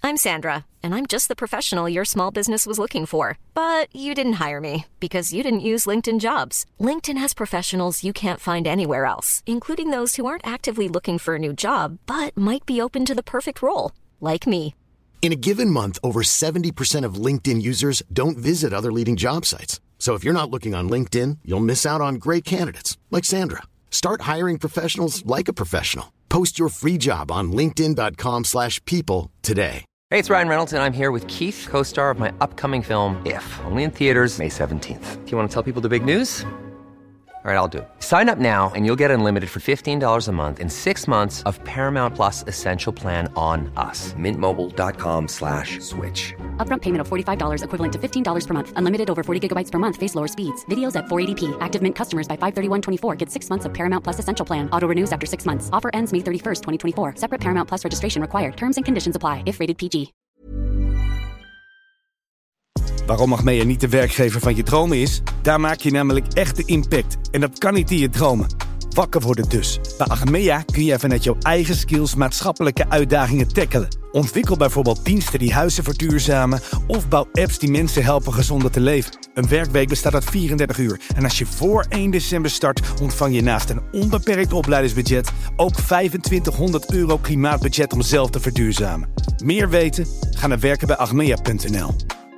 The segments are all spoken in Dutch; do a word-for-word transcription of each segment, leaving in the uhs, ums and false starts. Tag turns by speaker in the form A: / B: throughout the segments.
A: I'm Sandra, and I'm just the professional your small business was looking for. But you didn't hire me because you didn't use LinkedIn Jobs. LinkedIn has professionals you can't find anywhere else, including those who aren't actively looking for a new job, but might be open to the perfect role, like me.
B: In a given month, over seventy percent of LinkedIn users don't visit other leading job sites. So if you're not looking on LinkedIn, you'll miss out on great candidates like Sandra. Start hiring professionals like a professional. Post your free job on linkedin.com slash people today.
C: Hey, it's Ryan Reynolds, and I'm here with Keith, co-star of my upcoming film, If, only in theaters May seventeenth. Do you want to tell people the big news? All right, I'll do it. Sign up now and you'll get unlimited for fifteen dollars a month and six months of Paramount Plus Essential Plan on us. Mint Mobile dot com slash switch.
D: Upfront payment of forty-five dollars equivalent to fifteen dollars per month. Unlimited over forty gigabytes per month. Face lower speeds. Videos at four eighty p. Active Mint customers by five thirty-one twenty-four get six months of Paramount Plus Essential Plan. Auto renews after six months. Offer ends May thirty-first, twenty twenty-four. Separate Paramount Plus registration required. Terms and conditions apply if rated P G.
E: Waarom Achmea niet de werkgever van je dromen is? Daar maak je namelijk echt de impact. En dat kan niet in je dromen. Wakker worden dus. Bij Achmea kun je vanuit jouw eigen skills maatschappelijke uitdagingen tackelen. Ontwikkel bijvoorbeeld diensten die huizen verduurzamen of bouw apps die mensen helpen gezonder te leven. Een werkweek bestaat uit vierendertig uur. En als je voor één december start, ontvang je naast een onbeperkt opleidingsbudget ook vijfentwintighonderd euro klimaatbudget om zelf te verduurzamen. Meer weten? Ga naar werken bij achmea punt n l.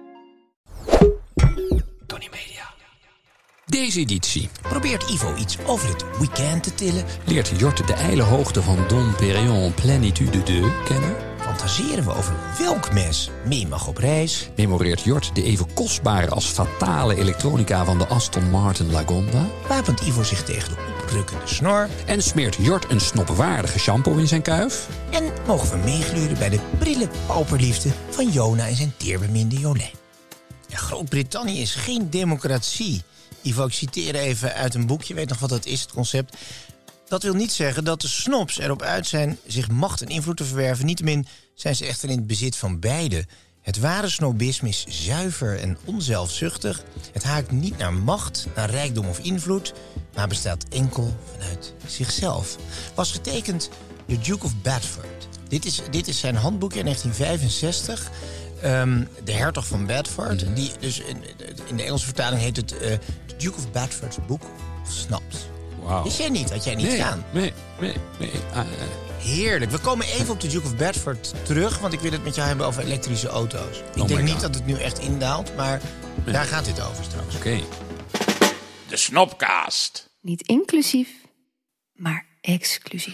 F: Tony Media. Deze editie probeert Ivo iets over het weekend te tillen. Leert Jort de ijle hoogte van Dom Pérignon Plénitude deux kennen. Fantaseren we over welk mes mee mag op reis. Memoreert Jort de even kostbare als fatale elektronica van de Aston Martin Lagonda. Wapent Ivo zich tegen de oprukkende snor. En smeert Jort een snopwaardige shampoo in zijn kuif. En mogen we meegluren bij de prille pauperliefde van Jona en zijn teerbeminde Jolijn. Ja, Groot-Brittannië is geen democratie. Ivo, ik citeer even uit een boekje. Je weet nog wat dat is, het concept. Dat wil niet zeggen dat de snobs erop uit zijn zich macht en invloed te verwerven. Niettemin zijn ze echter in het bezit van beide. Het ware snobisme is zuiver en onzelfzuchtig. Het haakt niet naar macht, naar rijkdom of invloed, maar bestaat enkel vanuit zichzelf. Was getekend door Duke of Bedford. Dit is, dit is zijn handboekje in negentien vijfenzestig... Um, de hertog van Bedford. Mm-hmm. Die, dus in, in de Engelse vertaling heet het uh, The Duke of Bedford's Book of Snaps. Wow.
G: Wist jij niet? Had jij niet
F: nee,
G: gedaan?
F: Nee, nee, nee. Uh, uh.
G: Heerlijk. We komen even op de Duke of Bedford terug, want ik wil het met jou hebben over elektrische auto's. Ik
F: oh
G: denk niet
F: God.
G: dat het nu echt indaalt, maar nee. Daar gaat dit over straks.
F: Oké. Okay.
H: De Snopcast.
I: Niet inclusief, maar exclusief.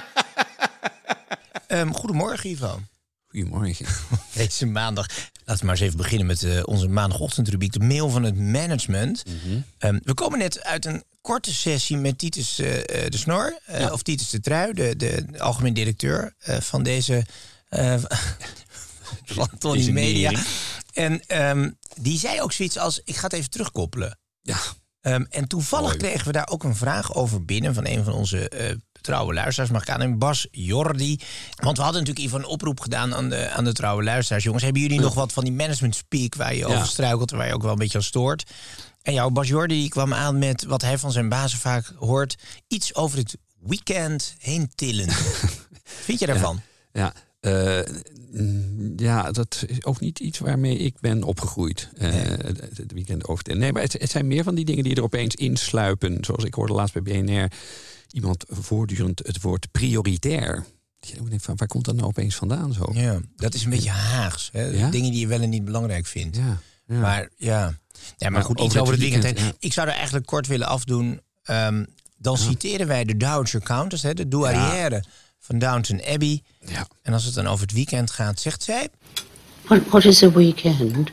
G: um, goedemorgen, Ivo.
F: Goedemorgen.
G: Deze maandag. Laten we maar eens even beginnen met uh, onze maandagochtendrubriek. De mail van het management.
F: Mm-hmm.
G: Um, we komen net uit een korte sessie met Titus uh, de Snor. Uh, ja. Of Titus de Trui, de, de algemeen directeur uh, van deze... Uh, van Tony Media. En um, die zei ook zoiets als... Ik ga het even terugkoppelen.
F: Ja.
G: Um, en toevallig Mooi. kregen we daar ook een vraag over binnen... van een van onze... Uh, trouwe luisteraars, mag ik aan hem, Bas Jordi. Want we hadden natuurlijk even een oproep gedaan aan de, aan de trouwe luisteraars. Jongens, hebben jullie nog wat van die management speak waar je ja. over struikelt, waar je ook wel een beetje aan stoort? En jouw Bas Jordi kwam aan met wat hij van zijn bazen vaak hoort. Iets over het weekend heen tillen. Vind je daarvan?
F: Ja, ja. Uh, ja, dat is ook niet iets waarmee ik ben opgegroeid. Uh, nee. Het weekend over tillen. Nee, maar het, het zijn meer van die dingen die er opeens insluipen. Zoals ik hoorde laatst bij B N R... iemand voortdurend het woord prioritair. Van, waar komt dat nou opeens vandaan zo?
G: Ja, dat is een beetje Haags. Hè? Ja? Dingen die je wel en niet belangrijk vindt. Ja, ja. Maar ja, ja maar, maar goed, over iets over het weekend. weekend ja. Ik zou er eigenlijk kort willen afdoen. Um, dan ja. citeren wij de Dowager Countess, hè, de douairière ja. van Downton Abbey. Ja. En als het dan over het weekend gaat, zegt zij...
J: What, what is a weekend?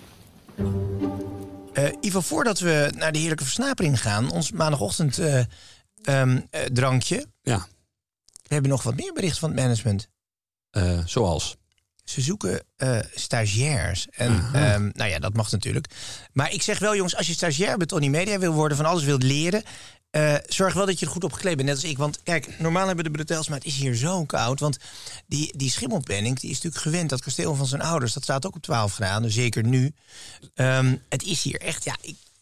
G: Uh, Ivo, voordat we naar de heerlijke versnapering gaan... ons maandagochtend... Uh, Um, uh, drankje.
F: Ja.
G: We hebben nog wat meer berichten van het management.
F: Uh, zoals?
G: Ze zoeken uh, stagiairs. En um, nou ja, dat mag natuurlijk. Maar ik zeg wel, jongens, als je stagiair bij Tony Media wil worden... van alles wilt leren... Uh, zorg wel dat je er goed op gekleed bent, net als ik. Want kijk, normaal hebben de bretels, maar het is hier zo koud. Want die, die Schimmelpenninck, die is natuurlijk gewend. Dat kasteel van zijn ouders, dat staat ook op twaalf graden. Zeker nu. Um, het is hier echt, ja... Ik,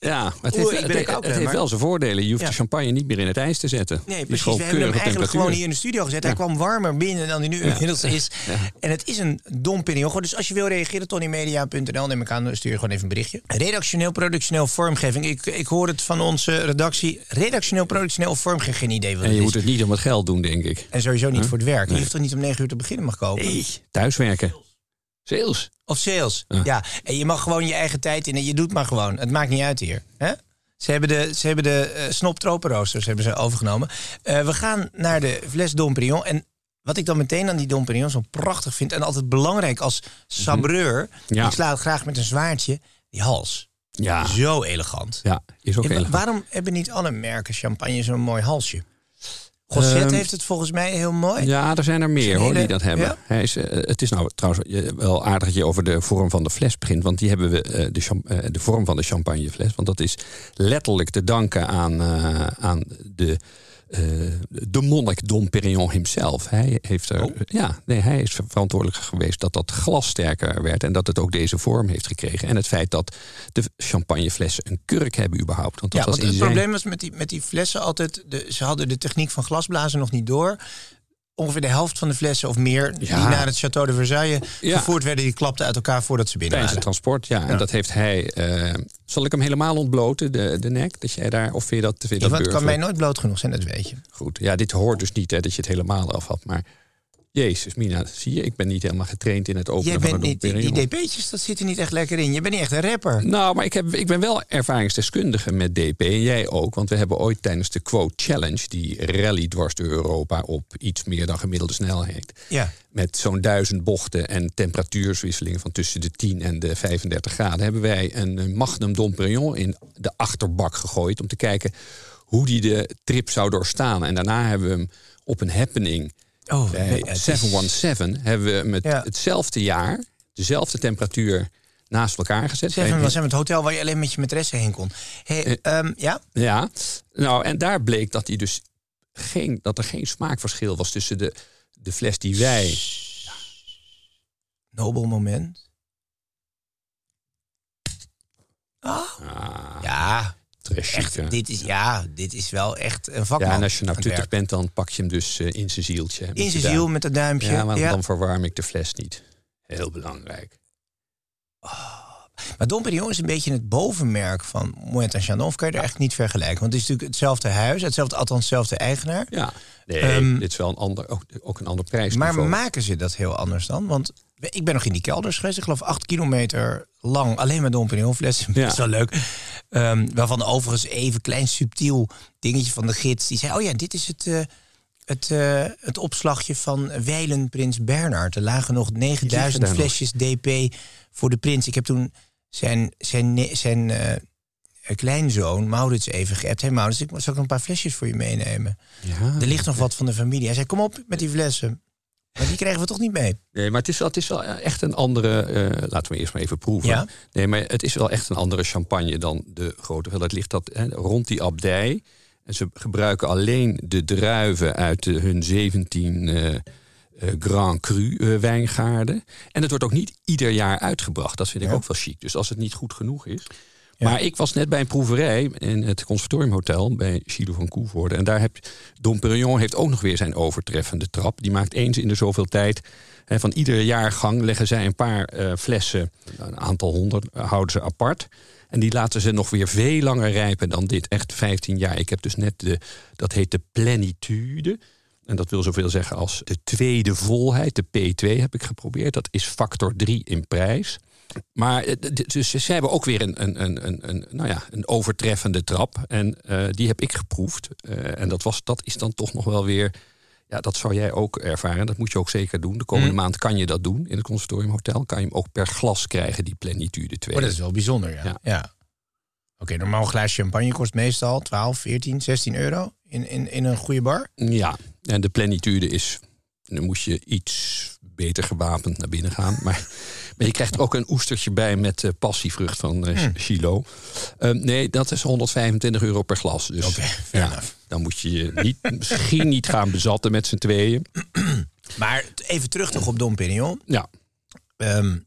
F: Ja, maar het
G: Oeh,
F: heeft,
G: ik ben
F: het,
G: een
F: het
G: koud,
F: heeft
G: maar-
F: wel zijn voordelen. Je hoeft
G: Ja.
F: de champagne niet meer in het ijs te zetten.
G: Nee,
F: Die is
G: precies.
F: gewoon
G: We hebben hem
F: keurige
G: eigenlijk
F: temperatuur.
G: gewoon hier in de studio gezet. Hij
F: Ja.
G: kwam warmer binnen dan hij nu
F: Ja.
G: inmiddels is.
F: Ja.
G: En het is een Dom Perignon. Dus als je wil reageren, tonymedia punt n l, neem ik aan, stuur je gewoon even een berichtje. Redactioneel, productioneel, vormgeving. Ik, ik hoor het van onze redactie. Redactioneel, productioneel of vormgeving, geen idee wat
F: En
G: het
F: je
G: is.
F: moet het niet om het geld doen, denk ik.
G: En sowieso niet
F: Huh?
G: voor het werk. Je
F: Nee.
G: hoeft toch niet om negen uur te beginnen mag kopen?
F: Nee, thuiswerken. Sales.
G: Of sales.
F: Ja.
G: Ja. En je mag gewoon je eigen tijd in en je doet maar gewoon. Het maakt niet uit hier. Hè? Ze hebben de, ze hebben de uh, Snop Tropenroosters hebben ze overgenomen. Uh, we gaan naar de fles Dom Perignon. En wat ik dan meteen aan die Dom Perignon zo prachtig vind... en altijd belangrijk als sabreur...
F: Ja.
G: ik sla het graag met een zwaardje, die hals.
F: Ja.
G: Zo elegant.
F: Ja, is ook
G: En wa-
F: elegant.
G: waarom hebben niet alle merken champagne zo'n mooi halsje? Gosset
F: Ehm,
G: heeft het volgens mij heel mooi.
F: Ja, er zijn er meer
G: Zijn
F: hoor,
G: hele-
F: die dat hebben.
G: ja?
F: Hij is, uh, het is nou trouwens uh, wel aardig dat je over de vorm van de fles begint. Want die hebben we, uh, de, champ- uh, de vorm van de champagnefles. Want dat is letterlijk te danken aan, uh, aan de, uh, de monnik Dom Perignon himself. Hij, heeft er,
G: Oh.
F: ja, nee, hij is verantwoordelijk geweest dat dat glas sterker werd. En dat het ook deze vorm heeft gekregen. En het feit dat de champagneflessen een kurk hebben überhaupt. Want dat
G: Ja,
F: was
G: want
F: in
G: het
F: zijn...
G: probleem was met die, met die flessen altijd... De, ze hadden de techniek van glasblazen nog niet door. Ongeveer de helft van de flessen of meer...
F: Ja.
G: die naar het Château de Versailles
F: Ja.
G: gevoerd werden... die klapten uit elkaar voordat ze binnen
F: Tijdens het
G: waren.
F: transport, ja. En
G: Ja.
F: dat heeft hij... Uh, zal ik hem helemaal ontbloten, de, de nek? Dat jij daar, of vind je dat, vind je dat
G: Want het kan mij
F: burgerlijk?
G: nooit bloot genoeg zijn, dat weet je.
F: Goed, ja, dit hoort dus niet hè, dat je het helemaal af had. Maar jezus, Mina, zie je, ik ben niet helemaal getraind in het openen
G: Jij
F: van
G: bent
F: een
G: niet, die, die D P'tjes, dat zit er niet echt lekker in. Je bent niet echt een rapper.
F: Nou, maar ik, heb, ik ben wel ervaringsdeskundige met D P. En jij ook, want we hebben ooit tijdens de Quote Challenge... die rally dwars door Europa op iets meer dan gemiddelde snelheid...
G: Ja.
F: met zo'n duizend bochten en temperatuurswisselingen... van tussen de tien en de vijfendertig graden... hebben wij een Magnum Dom Perignon in de achterbak gegooid... om te kijken hoe die de trip zou doorstaan. En daarna hebben we hem op een happening...
G: Oh,
F: bij
G: nee, het is-
F: zevenhonderdzeventien hebben we met
G: Ja.
F: hetzelfde jaar... dezelfde temperatuur naast elkaar gezet.
G: Seven
F: Bij-
G: was het hotel waar je alleen met je maîtresse heen kon. Hey,
F: Eh,
G: ehm, ja?
F: Ja, nou en daar bleek dat, die dus geen, dat er geen smaakverschil was tussen de, de fles die wij...
G: Nobel moment. Ah.
F: Ah,
G: Ja,
F: trash
G: echt,
F: chic, hè.
G: dit is, ja, dit is wel echt een vakman.
F: Ja, en als je nou
G: aan het
F: tuttig
G: werk.
F: bent, dan pak je hem dus uh, in zijn zieltje.
G: In zijn ziel met een duimpje.
F: Ja, maar
G: ja.
F: dan verwarm ik de fles niet. Heel belangrijk.
G: Maar Dom Perignon is een beetje het bovenmerk van Moet en Chandon. Of kan je er echt niet vergelijken? Want het is natuurlijk hetzelfde huis, hetzelfde, althans hetzelfde eigenaar.
F: Ja, nee,
G: Ehm,
F: dit is wel een ander, ook, ook een ander
G: Maar
F: prijsniveau.
G: maken ze dat heel anders dan? Want ik ben nog in die kelders geweest. Ik geloof acht kilometer lang. Alleen maar Dom Perignon flessen.
F: Ja.
G: Best wel leuk. Um, waarvan overigens even klein subtiel dingetje van de gids. Die zei, oh ja, dit is het... Uh, Het, uh, het opslagje van wijlen prins Bernhard. Er lagen nog negenduizend
F: daar nog.
G: flesjes D P voor de prins. Ik heb toen zijn, zijn, ne- zijn uh, kleinzoon Maurits even geappt. Hé hey Maurits, ik zal ik nog een paar flesjes voor je meenemen.
F: Ja,
G: Er ligt nog wat van de familie. Hij zei, kom op met die flessen. Maar die krijgen we toch niet mee?
F: Nee, maar het is wel, het is wel echt een andere... Uh, laten we eerst maar even proeven.
G: Ja?
F: Nee, maar het is wel echt een andere champagne dan de grote. Wel, het ligt dat, hè, rond die abdij. En ze gebruiken alleen de druiven uit de, hun zeventien uh, uh, Grand Cru uh, wijngaarden. En het wordt ook niet ieder jaar uitgebracht. Dat vind ik
G: Ja.
F: ook wel chic. Dus als het niet goed genoeg is...
G: Ja.
F: Maar ik was net bij een proeverij in het Conservatoriumhotel bij Gilles van Coevoorde. En daar heb Dom Perignon heeft ook nog weer zijn overtreffende trap. Die maakt eens in de zoveel tijd. Hè, van iedere jaargang leggen zij een paar uh, flessen, een aantal honderd, uh, houden ze apart. En die laten ze nog weer veel langer rijpen dan dit. Echt vijftien jaar. Ik heb dus net de, dat heet de plenitude. En dat wil zoveel zeggen als de tweede volheid. De P twee heb ik geprobeerd. Dat is factor drie in prijs. Maar dus ze hebben ook weer een, een, een, een, nou ja, een overtreffende trap. En uh, die heb ik geproefd. Uh, en dat, was, dat is dan toch nog wel weer... Ja, dat zou jij ook ervaren. Dat moet je ook zeker doen. De komende mm. maand kan je dat doen in het Conservatoriumhotel. Kan je hem ook per glas krijgen, die plenitude twee.
G: Oh, dat is wel bijzonder, ja. ja. ja. Oké, okay, normaal een glaasje champagne kost meestal twaalf, veertien, zestien euro in, in, in een goede bar.
F: Ja, en de plenitude is... Dan moet je iets beter gewapend naar binnen gaan. Maar, maar je krijgt ook een oestertje bij met uh, passievrucht van uh, hmm. Chilo. Uh, nee, dat is honderdvijfentwintig euro per glas. Dus
G: okay,
F: ja, dan moet je je niet, misschien niet gaan bezatten met z'n tweeën.
G: Maar even terug nog op Dom Perignon.
F: Ja.
G: Um,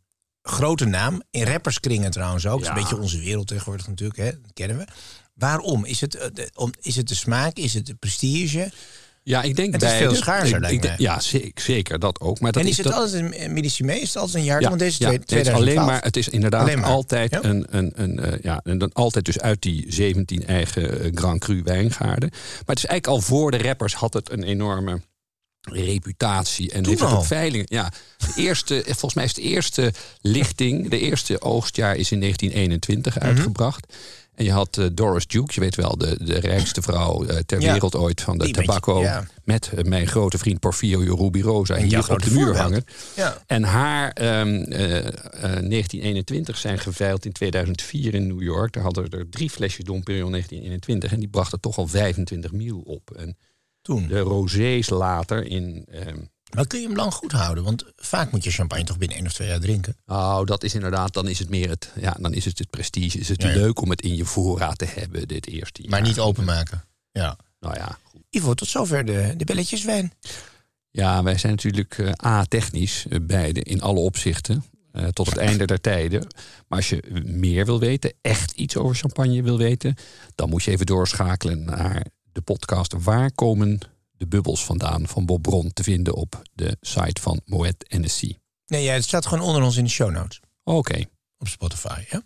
G: grote naam. In rapperskringen trouwens ook.
K: Ja.
G: Dat is een beetje onze wereld tegenwoordig natuurlijk. Hè? Dat kennen we. Waarom? Is het, uh, de, om, is het de smaak? Is het de prestige?
K: Ja, ik denk
G: het is
K: beide.
G: veel schaarser,
K: ik,
G: lijkt
K: ik,
G: mij.
K: Ja, zeker, zeker dat ook. Maar dat
G: en is,
K: is
G: het
K: dat,
G: altijd een medicine? Is het altijd een jaar?
K: Ja,
G: Want deze
K: ja,
G: twee,
K: het is
G: tweeduizend twaalf.
K: alleen maar, het is inderdaad
G: maar.
K: altijd
G: Ja?
K: een, een, een, uh, ja, en dan altijd dus uit die zeventien eigen uh, Grand Cru wijngaarden. Maar het is eigenlijk al voor de rappers had het een enorme reputatie en
G: Toen
K: heeft het
G: al.
K: op veilingen. Ja, de eerste, volgens mij is de eerste lichting, de eerste oogstjaar is in negentien eenentwintig
G: Mhm.
K: uitgebracht. En je had uh, Doris Duke, je weet wel, de, de rijkste vrouw uh, ter
G: Ja.
K: wereld ooit van de
G: Die
K: tobacco.
G: beetje, ja.
K: Met uh, mijn grote vriend Porfirio Rubirosa
G: En jouw
K: hier op
G: grote
K: de muur
G: voorbeeld.
K: hangen.
G: Ja.
K: En haar um, uh, uh, negentien eenentwintig zijn geveild in tweeduizend vier in New York. Daar hadden er drie flesjes Dom Perignon negentien eenentwintig. En die brachten toch al vijfentwintig mil op. En
G: Toen.
K: de rosés later in... Um,
G: Maar kun je hem lang goed houden? Want vaak moet je champagne toch binnen één of twee jaar drinken.
K: Nou, dat is inderdaad, dan is het meer het, ja, dan is het het prestige. Is het
G: Ja, ja.
K: leuk om het in je voorraad te hebben dit eerste jaar.
G: Maar niet openmaken. Ja.
K: Nou ja, goed.
G: Ivo, tot zover de, de belletjeswijn.
K: Ja, wij zijn natuurlijk uh, a-technisch, uh, beide, in alle opzichten. Uh, tot het einde der tijden. Maar als je meer wil weten, echt iets over champagne wil weten, dan moet je even doorschakelen naar de podcast Waar komen de bubbels vandaan van Bob Bron te vinden op de site van Moet Hennessy.
G: Nee, ja, het staat gewoon onder ons in de show notes.
K: Oké. Okay.
G: Op Spotify, ja.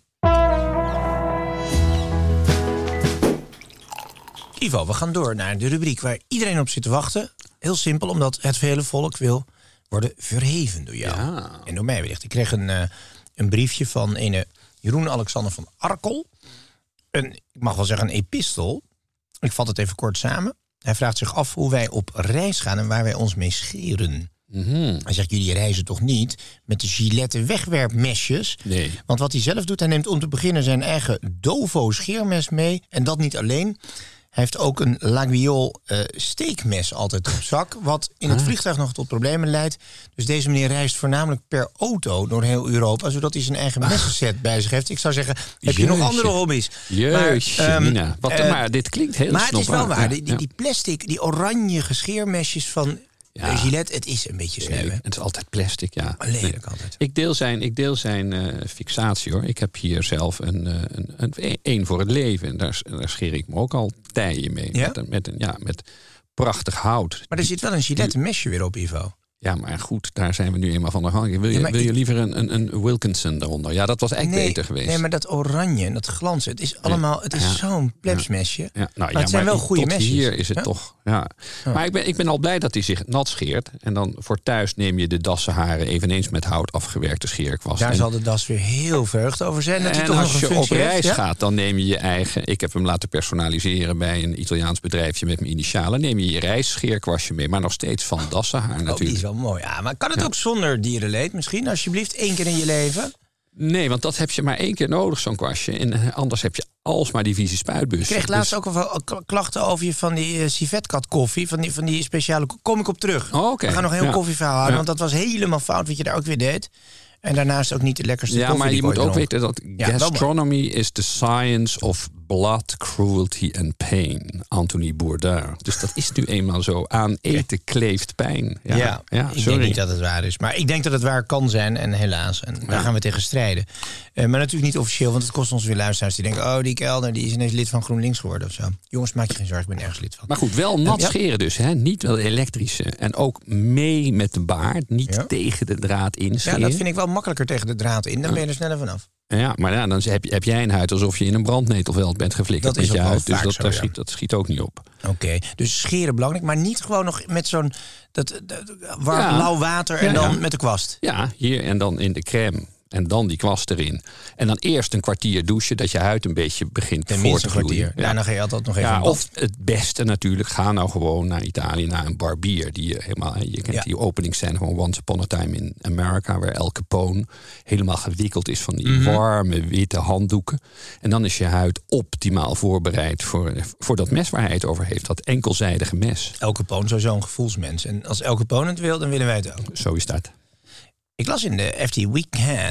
G: Ivo, we gaan door naar de rubriek waar iedereen op zit te wachten. Heel simpel, omdat het vele volk wil worden verheven door jou.
K: Ja.
G: En door mij wellicht. Ik kreeg een, uh, een briefje van ene Jeroen Alexander van Arkel. Een, ik mag wel zeggen een epistel. Ik vat het even kort samen. Hij vraagt zich af hoe wij op reis gaan en waar wij ons mee scheren.
K: Mm-hmm.
G: Hij zegt, jullie reizen toch niet met de Gillette wegwerpmesjes?
K: Nee.
G: Want wat hij zelf doet, hij neemt om te beginnen zijn eigen Dovo scheermes mee. En dat niet alleen. Hij heeft ook een Laguiole uh, steekmes altijd op zak. Wat in het
K: Ah.
G: vliegtuig nog tot problemen leidt. Dus deze meneer reist voornamelijk per auto door heel Europa. Zodat hij zijn eigen messenset bij zich heeft. Ik zou zeggen, heb je nog
K: Jeetje.
G: andere hobby's?
K: Jeetje,
G: Maar, um,
K: Mina. Wat,
G: uh,
K: maar dit klinkt heel
G: Maar het is wel
K: snopwaar.
G: waar.
K: Ja,
G: Die, die,
K: ja.
G: die plastic, die oranje scheermesjes van
K: Ja.
G: de Gillette. Het is een beetje sneu,
K: Nee,
G: hè?
K: het is altijd plastic, ja.
G: Maar lelijk
K: Nee.
G: altijd.
K: Ik deel zijn, ik deel zijn uh, fixatie, hoor. Ik heb hier zelf een, uh, een, een, een voor het leven. En daar, daar scheer ik me ook al tijen mee.
G: Ja?
K: Met, een, met, een, ja, met prachtig hout.
G: Maar er zit wel een Gillette mesje weer op, Ivo.
K: Ja, maar goed, daar zijn we nu eenmaal van afhankelijk. Wil je,
G: Ja, maar
K: wil je
G: ik-
K: liever een, een, een Wilkinson daaronder? Ja, dat was eigenlijk beter geweest.
G: Nee, maar dat oranje en dat glanzen, het is allemaal, het is
K: Ja.
G: zo'n plebsmesje.
K: Ja, nou,
G: maar
K: ja,
G: het zijn
K: maar
G: wel goede
K: tot
G: mesjes.
K: hier is het
G: Ja?
K: toch, ja.
G: Ja.
K: Maar ik ben, ik ben al blij dat hij zich nat scheert. En dan voor thuis neem je de dassenharen eveneens met hout afgewerkte scheerkwast.
G: Daar
K: en,
G: zal de das weer heel verheugd over zijn. Dat hij
K: en
G: toch nog
K: als
G: een
K: je op
G: functie
K: reis
G: heeft, ja?
K: gaat, dan neem je je eigen... Ik heb hem laten personaliseren bij een Italiaans bedrijfje met mijn initialen. Neem je je reisscheerkwastje mee, maar nog steeds van dassenhaar
G: Oh, die
K: natuurlijk.
G: is wel mooi. Ja, maar kan het
K: Ja.
G: ook zonder dierenleed misschien? Alsjeblieft, één keer in je leven.
K: Nee, want dat heb je maar één keer nodig, zo'n kwastje. En eh, anders heb je alsmaar die vieze spuitbus.
G: Ik kreeg laatst ook al wel k- klachten over je van die uh, civetkat koffie. Van die, van die speciale... Kom ik op terug.
K: Oh, oké.
G: We gaan nog een heel
K: Ja.
G: koffieverhaal houden.
K: Ja.
G: Want dat was helemaal fout wat je daar ook weer deed. En daarnaast ook niet de lekkerste
K: Ja,
G: koffie
K: maar
G: die
K: je
G: ik
K: moet
G: ooit
K: ook
G: dronk.
K: weten dat
G: Ja, wel mooi.
K: gastronomy is the science of blood, cruelty and pain. Anthony Bourdain. Dus dat is nu eenmaal zo. Aan eten kleeft pijn. Ja,
G: Ja,
K: ja,
G: ik
K: sorry.
G: denk niet dat het waar is. Maar ik denk dat het waar kan zijn. En helaas. En daar gaan we tegen strijden. Uh, maar natuurlijk niet officieel. Want het kost ons weer luisteraars die denken... oh, die Kelder die is ineens lid van GroenLinks geworden of zo. Jongens, maak je geen zorgen. Ik ben ergens lid van.
K: Maar goed, wel nat
G: Ja.
K: scheren dus. Hè? Niet wel elektrische. En ook mee met de baard. Niet
G: Ja.
K: tegen de draad
G: Ja,
K: inscheren.
G: dat vind ik wel makkelijker tegen de draad in. Dan ben je er sneller vanaf.
K: Ja, maar ja, dan heb, je, heb jij een huid alsof je in een brandnetelveld bent geflikkerd
G: Dat is
K: met je
G: ook wel
K: huid. Dus
G: vaak
K: dat,
G: zo,
K: dat,
G: ja.
K: schiet, dat schiet ook niet op.
G: Oké, dus scheren belangrijk. Maar niet gewoon nog met zo'n dat, dat, warm,
K: Ja.
G: lauw water en
K: Ja,
G: dan
K: ja.
G: met de kwast.
K: Ja, hier en dan in de crème. En dan die kwast erin. En dan eerst een kwartier douchen, dat je huid een beetje begint voor
G: Tenminste
K: te
G: een
K: groeien.
G: kwartier. Daarna ga je altijd nog even
K: Ja,
G: in bad.
K: of het beste natuurlijk, ga nou gewoon naar Italië, naar een barbier. Die je helemaal, je kent
G: Ja.
K: die openingsscène van Once Upon a Time in America, waar Al Capone helemaal gewikkeld is van die
G: Mhm.
K: warme witte handdoeken. En dan is je huid optimaal voorbereid voor, voor dat mes waar hij het over heeft. Dat enkelzijdige mes.
G: El Capone, sowieso een gevoelsmens. En als El Capone het wil, dan willen wij het ook.
K: Zo is dat.
G: Ik las in de F T Weekend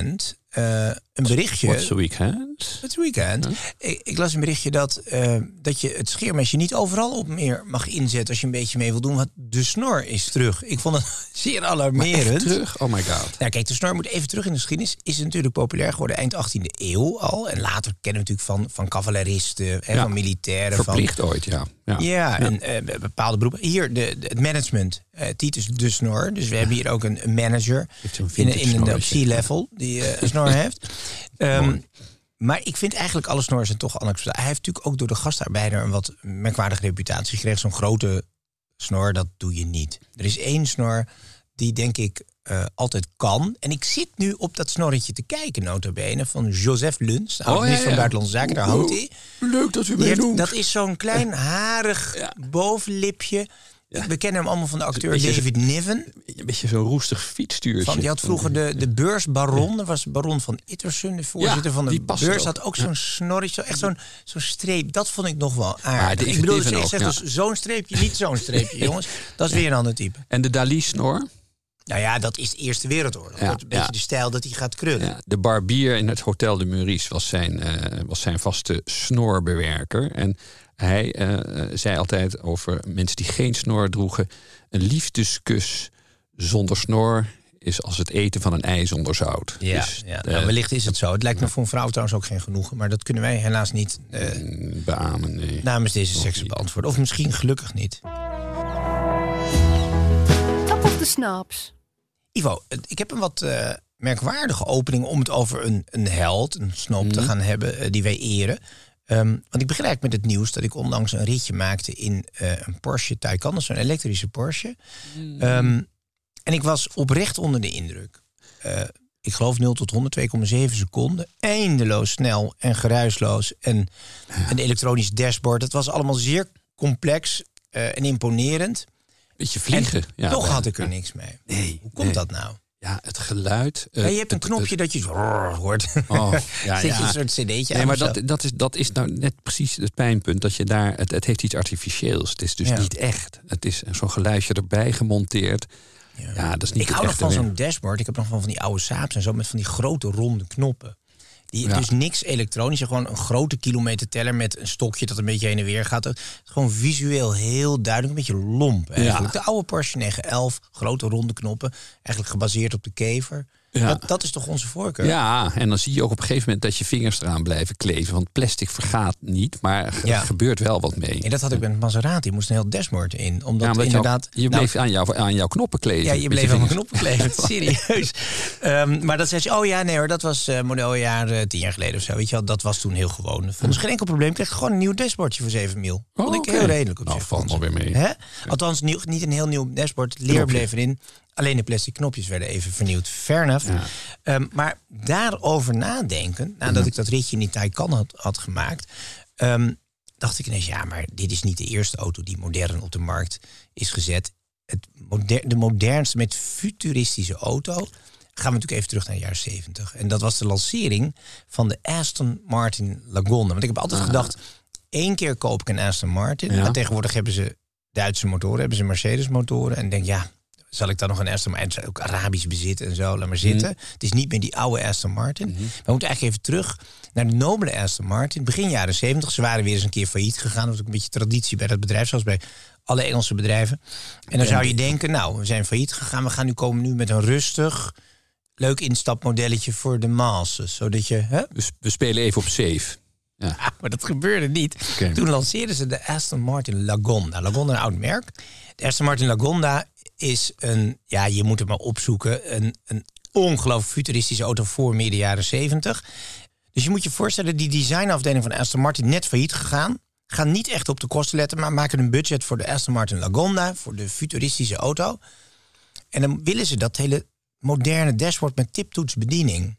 G: uh, een berichtje.
K: What's the weekend?
G: Het weekend. Huh? Ik, ik las een berichtje dat, uh, dat je het scheermesje niet overal op meer mag inzetten als je een beetje mee wil doen. Want de snor is terug. Ik vond het zeer alarmerend.
K: Terug? Oh my god.
G: Nou, kijk, de snor moet even terug in de geschiedenis. Is natuurlijk populair geworden eind achttiende eeuw al. En later kennen we natuurlijk van, van cavaleristen, hè, ja. van militairen.
K: Verplicht
G: van,
K: ooit, ja.
G: Ja, ja, ja. en uh, bepaalde beroepen. Hier, de, de, het management. Uh, Titus de snor. Dus we hebben hier ook een, een manager in, in een C-level die uh, een snor heeft. Um, maar ik vind eigenlijk alle snor zijn toch anekdote. Hij heeft natuurlijk ook door de gastarbeider een wat merkwaardige reputatie gekregen. Zo'n grote snor, dat doe je niet. Er is één snor die denk ik uh, altijd kan. En ik zit nu op dat snorretje te kijken, nota bene, van Joseph Luns, de oud-minister oh, ja, ja. van Buitenlandse Zaken. Daar hangt hij.
K: Leuk dat u mee doet.
G: Dat is zo'n klein harig ja. bovenlipje. Ja. We kennen hem allemaal van de acteur David Niven.
K: Een beetje zo'n roestig fietsstuurtje.
G: Van, die had vroeger de, de beursbaron. Dat was baron van Ittersen, de voorzitter ja, van de beurs. Had ook zo'n ja. snorretje, echt zo'n, zo'n streep. Dat vond ik nog wel aardig. Ja, ik bedoel, dus ik zeg ja. dus zo'n streepje, niet zo'n streepje, jongens. Dat is ja. weer een ander type.
K: En de Dali-snor?
G: Nou ja, dat is de Eerste Wereldoorlog. Ja, dat is een beetje ja. de stijl dat hij gaat krullen. Ja,
K: de barbier in het Hotel de Meurice was zijn, uh, was zijn vaste snorbewerker. En hij uh, zei altijd over mensen die geen snor droegen: een liefdeskus zonder snor is als het eten van een ei zonder zout.
G: Ja, dus ja. De, nou, wellicht is het zo. Het lijkt me voor een vrouw trouwens ook geen genoegen. Maar dat kunnen wij helaas niet uh,
K: beamen. Nee.
G: Namens deze seksen beantwoorden. Of misschien gelukkig niet.
I: Top of the snaps.
G: Ivo, ik heb een wat uh, merkwaardige opening om het over een, een held, een snop mm. te gaan hebben uh, die wij eren. Um, want ik begin eigenlijk met het nieuws dat ik onlangs een ritje maakte in uh, een Porsche Taycan, dat is zo'n elektrische Porsche. Mm. Um, en ik was oprecht onder de indruk. Uh, ik geloof nul tot honderd, twee komma zeven seconden. Eindeloos snel en geruisloos. En een elektronisch dashboard. Het was allemaal zeer complex uh, en imponerend.
K: Beetje vliegen.
G: En
K: ja,
G: toch
K: ja,
G: had ik er
K: ja.
G: niks mee.
K: Nee,
G: Hoe komt
K: nee.
G: dat nou?
K: Ja, het geluid. Uh,
G: ja, je hebt een
K: het,
G: knopje
K: het,
G: dat je hoort.
K: Oh, ja,
G: Zet je
K: ja.
G: een soort cd'tje
K: nee,
G: aan.
K: maar dat, dat, is, dat is nou net precies het pijnpunt. Dat je daar, het, het heeft iets artificieels. Het is dus ja. niet echt. Het is zo'n geluidje erbij gemonteerd. Ja, ja dat is niet.
G: Ik hou nog van zo'n dashboard. Ik heb nog van, van die oude Saabs en zo met van die grote ronde knoppen. Die, ja. Dus niks elektronisch, gewoon een grote kilometerteller met een stokje dat een beetje heen en weer gaat. Het is gewoon visueel heel duidelijk, een beetje lomp eigenlijk. Ja. De oude Porsche negen elf, grote ronde knoppen, eigenlijk gebaseerd op de kever. Ja. Dat, dat is toch onze voorkeur?
K: Ja, en dan zie je ook op een gegeven moment dat je vingers eraan blijven kleven. Want plastic vergaat niet, maar er ja. gebeurt wel wat mee.
G: En dat had ik met Maserati. Je moest een heel dashboard in. Omdat
K: ja,
G: inderdaad.
K: Je, je bleef nou, aan, jou, aan jouw knoppen kleven.
G: Ja, je bleef aan mijn knoppen kleven. Serieus. um, maar dat zei ze, oh ja, nee hoor, dat was uh, modeljaar uh, tien jaar geleden of zo. Weet je wel, dat was toen heel gewoon. Vond geen enkel probleem. Ik kreeg gewoon een nieuw dashboardje voor zeven mil. Vond oh, ik okay. heel redelijk op
K: nou,
G: zich.
K: Valt nog weer mee.
G: Hè? Ja. Althans, nieuw, niet een heel nieuw dashboard. Het leer Knopje. bleef erin. Alleen de plastic knopjes werden even vernieuwd. Fair enough. Ja. Um, maar daarover nadenken, nadat mm-hmm. ik dat ritje in die Taycan had, had gemaakt, um, dacht ik ineens, ja, maar dit is niet de eerste auto die modern op de markt is gezet. Het moder- de modernste, met futuristische auto. Gaan we natuurlijk even terug naar de jaren zeventig. En dat was de lancering van de Aston Martin Lagonda. Want ik heb altijd ah. gedacht, één keer koop ik een Aston Martin. Ja. En tegenwoordig hebben ze Duitse motoren, hebben ze Mercedes motoren. En denk, ja, zal ik dan nog een Aston Martin, ook Arabisch bezit en zo, laat maar zitten. Mm. Het is niet meer die oude Aston Martin. Mm-hmm. We moeten eigenlijk even terug naar de nobele Aston Martin. Begin jaren zeventig, ze waren weer eens een keer failliet gegaan. Dat was ook een beetje traditie bij dat bedrijf, zoals bij alle Engelse bedrijven. En dan zou je denken, nou, we zijn failliet gegaan. We gaan nu komen nu met een rustig, leuk instapmodelletje voor de masses. Zodat je, hè?
K: Dus we spelen even op safe. Ja.
G: Ja, maar dat gebeurde niet. Okay. Toen lanceerden ze de Aston Martin Lagonda. Lagonda, een oud merk. De Aston Martin Lagonda is een, ja, je moet het maar opzoeken, een, een ongelooflijk futuristische auto voor midden jaren zeventig. Dus je moet je voorstellen, die designafdeling van Aston Martin net failliet gegaan. Gaan niet echt op de kosten letten, maar maken een budget voor de Aston Martin Lagonda, voor de futuristische auto. En dan willen ze dat hele moderne dashboard met tiptoetsbediening.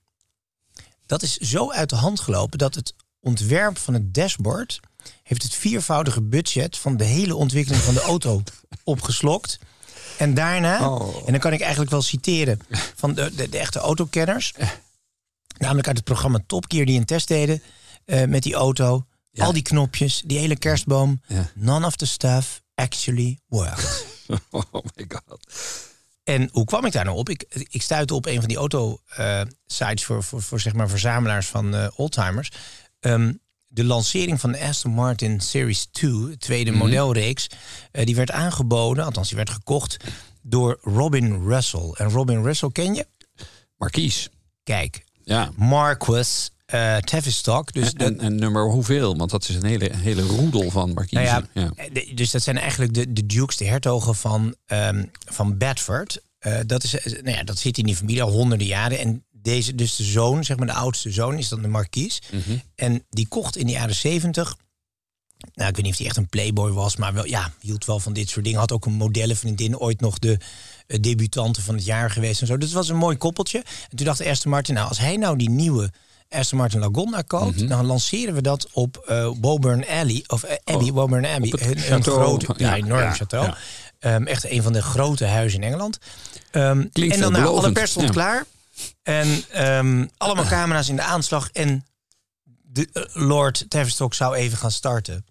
G: Dat is zo uit de hand gelopen dat het ontwerp van het dashboard heeft het viervoudige budget van de hele ontwikkeling van de auto opgeslokt. En daarna, oh. en dan kan ik eigenlijk wel citeren van de, de, de echte autokenners, namelijk uit het programma Top Gear die een test deden uh, met die auto. Ja. Al die knopjes, die hele kerstboom. Ja. None of the stuff actually worked.
K: Oh my god.
G: En hoe kwam ik daar nou op? Ik, ik stuitte op een van die auto-sites uh, voor, voor, voor zeg maar verzamelaars van uh, oldtimers. Um, de lancering van de Aston Martin Series twee, tweede mm-hmm. modelreeks, uh, die werd aangeboden, althans die werd gekocht, door Robin Russell. En Robin Russell ken je?
K: Marquise.
G: Kijk,
K: ja.
G: Marquis uh, Tavistock. Dus
K: en, en, en nummer hoeveel? Want dat is een hele, hele roedel van Marquise.
G: Nou ja,
K: ja.
G: De, dus dat zijn eigenlijk de, de dukes, de hertogen van, um, van Bedford. Uh, dat, is, uh, nou ja, dat zit in die familie al honderden jaren. En deze, dus de zoon, zeg maar de oudste zoon, is dan de Marquise. Mm-hmm. En die kocht in de jaren zeventig... Nou, ik weet niet of hij echt een playboy was, maar wel, ja, hield wel van dit soort dingen. Had ook een modellenvriendin, ooit nog de uh, debutante van het jaar geweest en zo. Dus het was een mooi koppeltje. En toen dacht Aston Martin, nou, als hij nou die nieuwe Aston Martin Lagonda koopt, mm-hmm. dan lanceren we dat op uh, Woburn Abbey, of uh, Abbey, oh, Woburn Abbey, een, een groot, ja, ja, enorm ja, château. Ja. Um, echt een van de grote huizen in Engeland. Um, en dan nou, alle pers stond ja. klaar. En um, allemaal camera's in de aanslag. En de, uh, Lord Tavistock zou even gaan starten.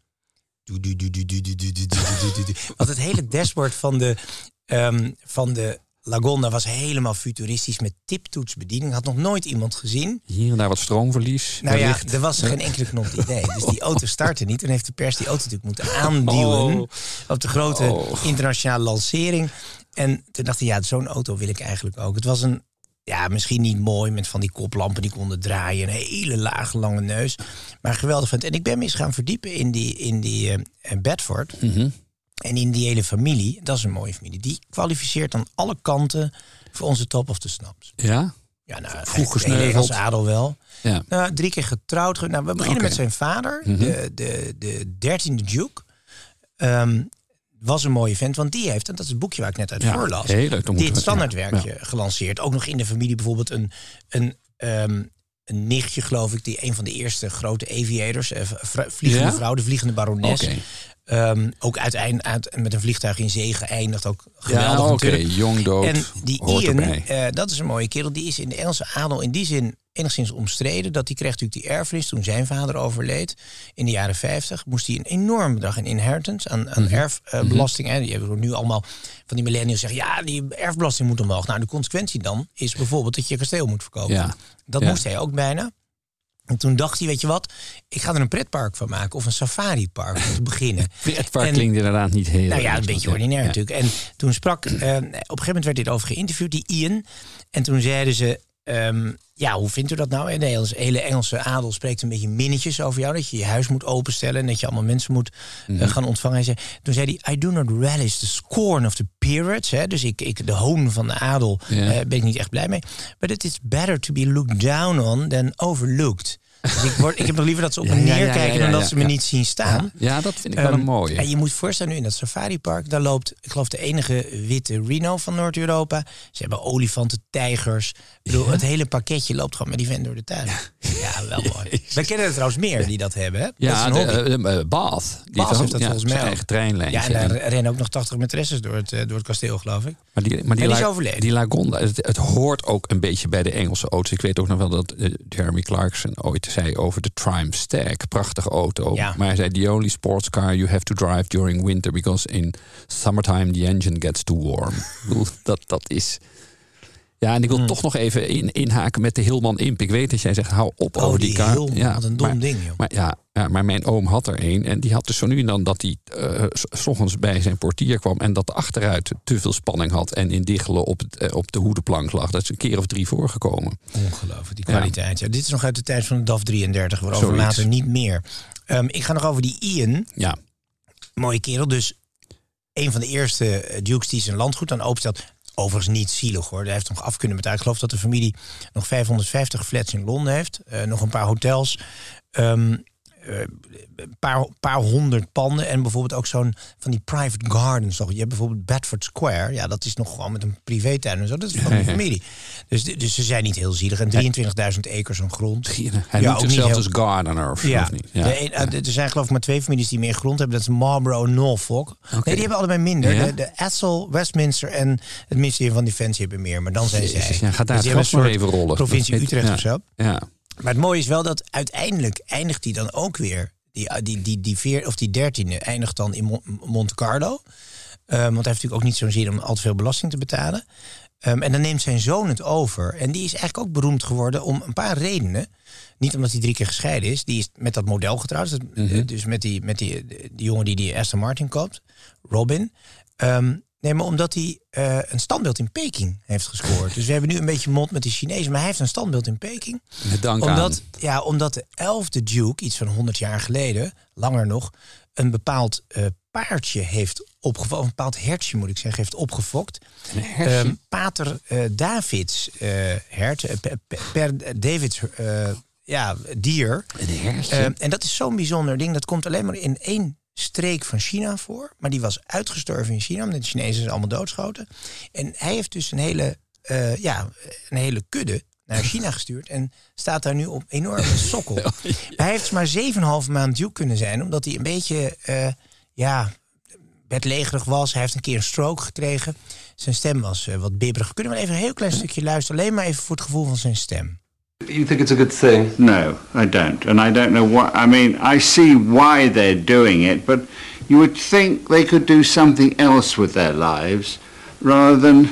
G: Want het hele dashboard van de, um, van de Lagonda was helemaal futuristisch met tiptoetsbediening. Had nog nooit iemand gezien.
K: Hier en daar wat stroomverlies.
G: Nou ja, er was geen enkele knop die deed. Dus die auto startte niet. Toen heeft de pers die auto natuurlijk moeten aanduwen oh. op de grote oh. internationale lancering. En toen dacht hij, ja, zo'n auto wil ik eigenlijk ook. Het was een, ja, misschien niet mooi met van die koplampen die konden draaien. Een hele lage, lange neus. Maar geweldig vond. En ik ben me eens gaan verdiepen in die, in die uh, Bedford. Mm-hmm. En in die hele familie. Dat is een mooie familie. Die kwalificeert aan alle kanten voor onze top of the snaps.
K: Ja?
G: Ja, nou,
K: vroeg gesneuveld.
G: Als adel wel.
K: Ja.
G: Nou, drie keer getrouwd. Nou, we beginnen okay. met zijn vader. Mm-hmm. De, de, de dertiende Duke. Um, was een mooie vent, want die heeft, en dat is het boekje waar ik net uit ja, voorlas, dit standaardwerkje ja. gelanceerd. Ook nog in de familie bijvoorbeeld een, een, um, een nichtje, geloof ik, die een van de eerste grote aviators, uh, vliegende ja? vrouw, de vliegende barones. Okay. Um, ook uiteindelijk uit, met een vliegtuig in zee geëindigd. Ook geweldig
K: ja,
G: natuurlijk.
K: Okay. Jong dood.
G: En die Ian, uh, dat is een mooie kerel, die is in de Engelse adel in die zin enigszins omstreden. Dat die kreeg natuurlijk die erfenis toen zijn vader overleed. In de jaren vijftig moest hij een enorm bedrag in inheritance aan, aan mm-hmm. erfbelasting. Uh, die hebben nu allemaal van die millennials zeggen, ja, die erfbelasting moet omhoog. Nou, de consequentie dan is bijvoorbeeld dat je je kasteel moet verkopen. Ja. Dat ja. moest hij ook bijna. En toen dacht hij, weet je wat, ik ga er een pretpark van maken. Of een safaripark om te beginnen.
K: Pretpark en, klinkt inderdaad niet heel...
G: Nou ja, een beetje ordinair ja. natuurlijk. En toen sprak, uh, op een gegeven moment werd dit over geïnterviewd, die Ian. En toen zeiden ze, um, ja, hoe vindt u dat nou? De hele, hele Engelse adel spreekt een beetje minnetjes over jou. Dat je je huis moet openstellen en dat je allemaal mensen moet mm-hmm. uh, gaan ontvangen. En zei, toen zei hij, I do not relish the scorn of the peerage. Hè? Dus ik, ik, de hoon van de adel ja. uh, ben ik niet echt blij mee. But it is better to be looked down on than overlooked. Dus ik, word, ik heb nog liever dat ze op me ja, neerkijken ja, ja, ja, ja, dan dat ze me ja. niet zien staan.
K: Ja, ja dat vind ik wel um, een mooie.
G: En je moet voorstellen, nu in dat safaripark, daar loopt, ik geloof, de enige witte rhino van Noord-Europa. Ze hebben olifanten, tijgers. Ik bedoel, ja. het hele pakketje loopt gewoon met die vent door de tuin. Ja, ja wel mooi. We kennen er trouwens meer die dat hebben, hè?
K: Ja,
G: dat is
K: de, uh, uh, Bath. Die
G: Bath heeft dat ja, volgens mij
K: eigen treinlijn.
G: Ja, en daar en... rennen ook nog tachtig maîtresses door het, uh, door het kasteel, geloof ik.
K: Maar die, maar die,
G: die
K: la-
G: is overleden.
K: Die Lagonda, het, het hoort ook een beetje bij de Engelse auto's. Ik weet ook nog wel dat uh, Jeremy Clarkson ooit zei over de Triumph Stag. Prachtige auto. Ja. Maar hij zei, the only sports car you have to drive during winter, because in summertime the engine gets too warm. dat, dat is... Ja, en ik wil hmm. toch nog even in, inhaken met de Hillman Imp. Ik weet dat jij zegt, hou op
G: oh,
K: over die,
G: die
K: kar.
G: Hillman, ja, wat een dom
K: maar,
G: ding, joh.
K: Maar, ja, ja, maar mijn oom had er een. En die had dus zo nu en dan dat hij uh, 's ochtends bij zijn portier kwam en dat de achteruit te veel spanning had en in Diggelen op, het, uh, op de hoedenplank lag. Dat is een keer of drie voorgekomen.
G: Ongelooflijk, die kwaliteit. Ja. Ja, dit is nog uit de tijd van de D A F drieëndertig, waarover Zoiets. later niet meer. Um, ik ga nog over die Ian.
K: Ja.
G: Mooie kerel, dus een van de eerste dukes die zijn landgoed dan openstelt. Overigens niet zielig hoor. Hij heeft nog af kunnen betalen. Ik geloof dat de familie nog vijfhonderdvijftig flats in Londen heeft. Uh, nog een paar hotels. Um, uh, een paar, paar honderd panden. En bijvoorbeeld ook zo'n van die private gardens. Je hebt bijvoorbeeld Bedford Square. Ja, dat is nog gewoon met een privétuin en zo. Dat is van de familie. Dus, dus ze zijn niet heel zielig. En drieëntwintigduizend acres aan grond.
K: Hij ja, noemt zichzelf heel... als gardener of
G: ja.
K: niet? Ja.
G: De, ja. Er zijn geloof ik maar twee families die meer grond hebben. Dat is Marlborough en Norfolk. Okay. Nee, die hebben allebei minder. Ja. De, de Edsel, Westminster en het ministerie van Defensie hebben meer. Maar dan zijn
K: Jezus,
G: zij.
K: Ja, gaat daar
G: dus
K: het maar even rollen.
G: Provincie
K: weet,
G: Utrecht
K: ja.
G: of zo.
K: Ja.
G: Maar het mooie is wel dat uiteindelijk eindigt hij dan ook weer. Die, die, die, die, veer, of die dertiende eindigt dan in Mon- Monte Carlo. want hij heeft natuurlijk ook niet zo'n zin om al te veel belasting te betalen. Um, en dan neemt zijn zoon het over. En die is eigenlijk ook beroemd geworden om een paar redenen. Niet omdat hij drie keer gescheiden is. Die is met dat model getrouwd. Mm-hmm. Dus met, die, met die, die jongen die die Aston Martin koopt. Robin. Um, nee, maar omdat hij uh, een standbeeld in Peking heeft gescoord. Dus we hebben nu een beetje mond met de Chinezen. Maar hij heeft een standbeeld in Peking.
K: Met dank
G: omdat,
K: aan.
G: Ja, omdat de elfde Duke, iets van honderd jaar geleden, langer nog, een bepaald uh, paardje heeft opgefokt. Een bepaald hertje, moet ik zeggen, heeft opgefokt. Um, Pater uh, Davids uh, hert. Uh, per, per Davids uh, ja, dier.
K: Een hertje?
G: Uh, en dat is zo'n bijzonder ding. Dat komt alleen maar in één streek van China voor. Maar die was uitgestorven in China, omdat de Chinezen ze allemaal doodschoten. En hij heeft dus een hele, uh, ja, een hele kudde naar China gestuurd. En staat daar nu op enorme sokkel. Oh, ja. Hij heeft maar zeven en een halve maand Duke kunnen zijn. Omdat hij een beetje, uh, ja, bedlegerig was. Hij heeft een keer een stroke gekregen. Zijn stem was uh, wat bibberig. Kunnen we even een heel klein stukje luisteren? Alleen maar even voor het gevoel van zijn stem.
L: You think it's a good thing? No, I don't. And I don't know what... I mean, I see why they're doing it, but you would think they could do something else with their lives rather than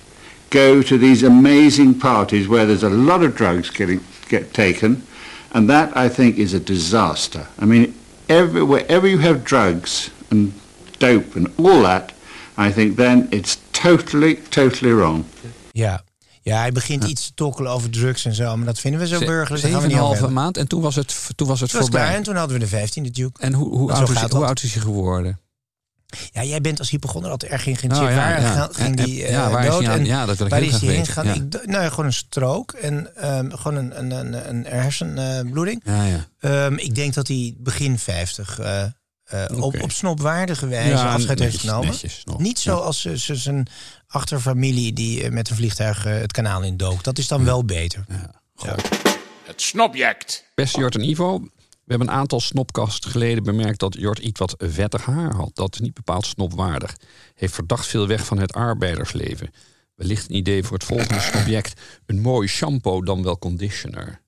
L: go to these amazing parties where there's a lot of drugs getting get taken, and that, I think, is a disaster. I mean, every, wherever you have drugs and dope and all that, I think then it's totally, totally wrong.
G: Ja. Ja, hij begint ja. iets te tokkelen over drugs en zo, maar dat vinden we zo burgerlijk.
K: Zeven en een halve maand en toen was het, toen was het
G: was
K: voorbij.
G: Klaar, en toen hadden we de vijftiende Duke.
K: En hoe, hoe, oud is, hoe oud is hij geworden?
G: Ja, jij bent als hypochonder altijd erg geïnteresseerd.
K: Oh, ja,
G: waar
K: ja.
G: ging
K: en,
G: die uh,
K: ja, waar
G: dood?
K: Is hij aan,
G: en
K: ja, dat wil ik
G: waar
K: heel
G: is
K: graag
G: hij heen
K: weten.
G: gegaan?
K: Ja.
G: Ik, nou ja, gewoon een stroke en um, gewoon een, een, een, een hersenbloeding.
K: Uh, ja, ja.
G: Um, ik denk dat hij begin vijftig uh, uh, okay. op, op snopwaardige wijze
K: ja,
G: afscheid
K: netjes,
G: heeft genomen.
K: Netjes,
G: Niet zoals ja. uh, zijn achterfamilie die uh, met een vliegtuig uh, het kanaal indook. Dat is dan ja. wel beter.
K: Ja.
H: Ja. Het snobject.
K: Beste Jort en Ivo, we hebben een aantal snopcast geleden bemerkt dat Jort iets wat vettig haar had. Dat is niet bepaald snopwaardig. Heeft verdacht veel weg van het arbeidersleven. Wellicht een idee voor het volgende snobject. Een mooi shampoo dan wel conditioner.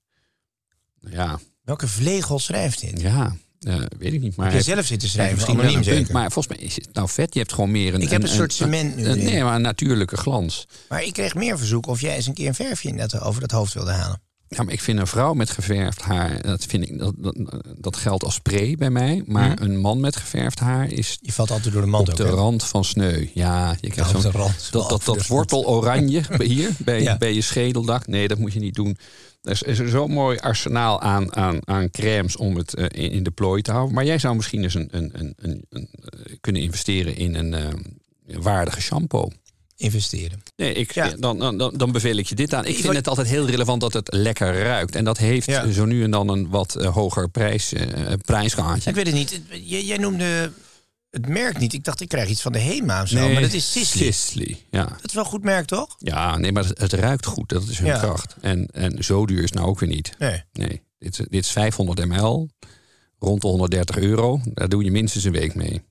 K: Ja.
G: Welke vlegel schrijft dit?
K: Ja, uh, weet ik niet. Maar
G: heb je zelf zitten schrijven?
K: Misschien wel een
G: zeker.
K: punt, maar volgens mij is het nou vet. Je hebt gewoon meer een...
G: Ik heb een,
K: een
G: soort cement nu.
K: Een, nee, maar een natuurlijke glans.
G: Maar ik kreeg meer verzoek of jij eens een keer een verfje in dat, over dat hoofd wilde halen.
K: Ja, maar ik vind een vrouw met geverfd haar, dat vind ik dat, dat, dat geldt als spray bij mij. Maar hmm. een man met geverfd haar is.
G: Je valt altijd door de mand
K: op
G: ook,
K: de
G: hè?
K: rand van sneu. Ja, je krijgt
G: ja,
K: zo'n
G: rand,
K: dat, dat, dat wortel oranje hier bij,
G: ja.
K: bij je schedeldak. Nee, dat moet je niet doen. Er is, is er zo'n mooi arsenaal aan, aan, aan crèmes om het uh, in, in de plooi te houden. Maar jij zou misschien eens een, een, een, een, een, uh, kunnen investeren in een uh, waardige shampoo.
G: Investeren.
K: Nee, ik,
G: ja.
K: dan, dan, dan beveel ik je dit aan. Ik vind het altijd heel relevant dat het lekker ruikt. En dat heeft ja. zo nu en dan een wat uh, hoger prijs, uh, prijsgaatje.
G: Ik weet het niet. J- jij noemde het merk niet. Ik dacht, ik krijg iets van de Hema of zo.
K: Nee,
G: maar dat is Sisley.
K: Sisley, ja.
G: Dat is wel een goed merk, toch?
K: Ja, nee, maar het, het ruikt goed. Dat is hun ja. kracht. En, en zo duur is het nou ook weer niet.
G: Nee.
K: nee dit, dit is vijfhonderd milliliter. Rond de honderddertig euro. Daar doe je minstens een week mee.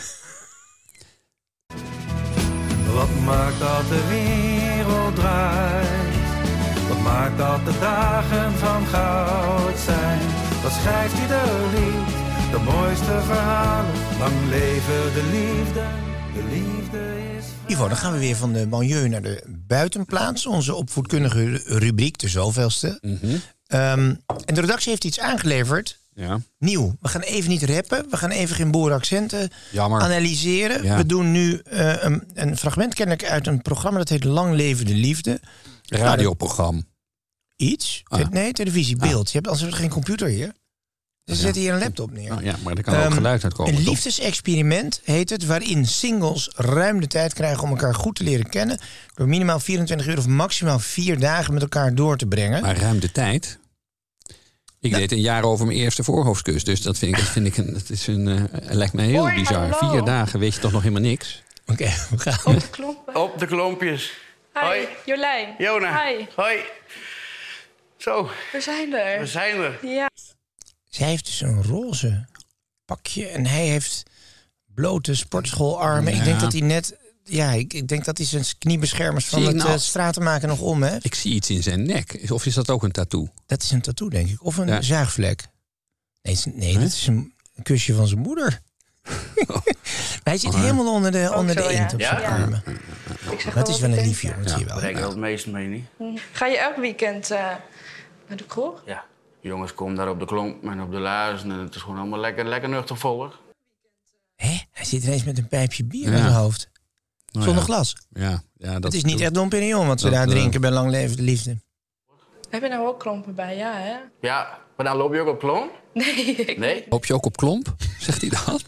M: Wat maakt dat de wereld draait? Wat maakt dat de dagen van goud zijn? Wat schrijft ieder lied? De mooiste verhalen. Lang leven de liefde. De liefde is...
G: Ivo, dan gaan we weer van de banlieue naar de buitenplaats. Onze opvoedkundige rubriek, de zoveelste.
K: Mm-hmm.
G: Um, en de redactie heeft iets aangeleverd.
K: Ja.
G: Nieuw. We gaan even niet rappen. We gaan even geen boerenaccenten
K: Jammer.
G: analyseren. Ja. We doen nu uh, een, een fragment kennelijk uit een programma dat heet Lang Leven de Liefde.
K: Radioprogramma.
G: Iets? Ah. Nee, televisie, beeld. Ah. Je hebt als geen computer hier. Dus ja. Zet hier een laptop neer.
K: Oh, ja, maar er kan ook um, geluid uitkomen.
G: Een liefdesexperiment heet het, waarin singles ruim de tijd krijgen om elkaar goed te leren kennen. Door minimaal vierentwintig uur of maximaal vier dagen met elkaar door te brengen.
K: Maar ruim de tijd? Ik nou. deed een jaar over mijn eerste voorhoofdkus. Dus dat vind ik, dat vind ik een, dat is een, uh, lijkt me heel Hoi, bizar. Hallo. Vier dagen weet je toch nog helemaal niks?
G: Oké, okay, we gaan.
N: Op de klompen.
O: Op de klompjes.
N: Hi, Hoi. Jolijn.
O: Jona.
N: Hi.
O: Hoi. Zo.
N: We zijn er.
O: We zijn er.
N: Ja.
G: Zij heeft dus een roze pakje en hij heeft blote sportschoolarmen. Ja. Ik denk dat hij net... Ja, ik, ik denk dat hij zijn kniebeschermers van het nou, uh, stratenmaken nog om heeft.
K: Ik zie iets in zijn nek. Of is dat ook een tattoo?
G: Dat is een tattoo, denk ik. Of een
K: ja.
G: zuigvlek. Nee, nee huh? dat is een, een kusje van zijn moeder. Hij zit helemaal onder de, onder de
N: zo,
G: inkt
N: ja.
G: op zijn
N: Ja?
G: armen.
N: Ik zeg
G: Dat is wel
N: wat
G: een
N: ik
G: lief
N: denk.
G: jongetje wel.
O: Daar wel het meeste mee niet.
N: Ga je elk weekend uh, naar de kroeg?
O: Ja. Jongens komen daar op de klomp en op de luizen en het is gewoon allemaal lekker, lekker nuchter volg.
G: Hé, hij zit ineens met een pijpje bier
K: Ja.
G: in zijn hoofd.
K: Nou
G: Zonder
K: ja.
G: glas.
K: Ja, ja, dat
G: Het is niet echt Dom Perignon wat ze
K: dat,
G: daar
K: uh,
G: drinken bij Lang Leven de Liefde.
N: Heb je nou ook klompen bij? Ja, hè?
O: Ja, maar dan loop je ook op klomp?
N: Nee. Ik...
O: Nee?
K: Loop je ook op klomp? Zegt hij dat?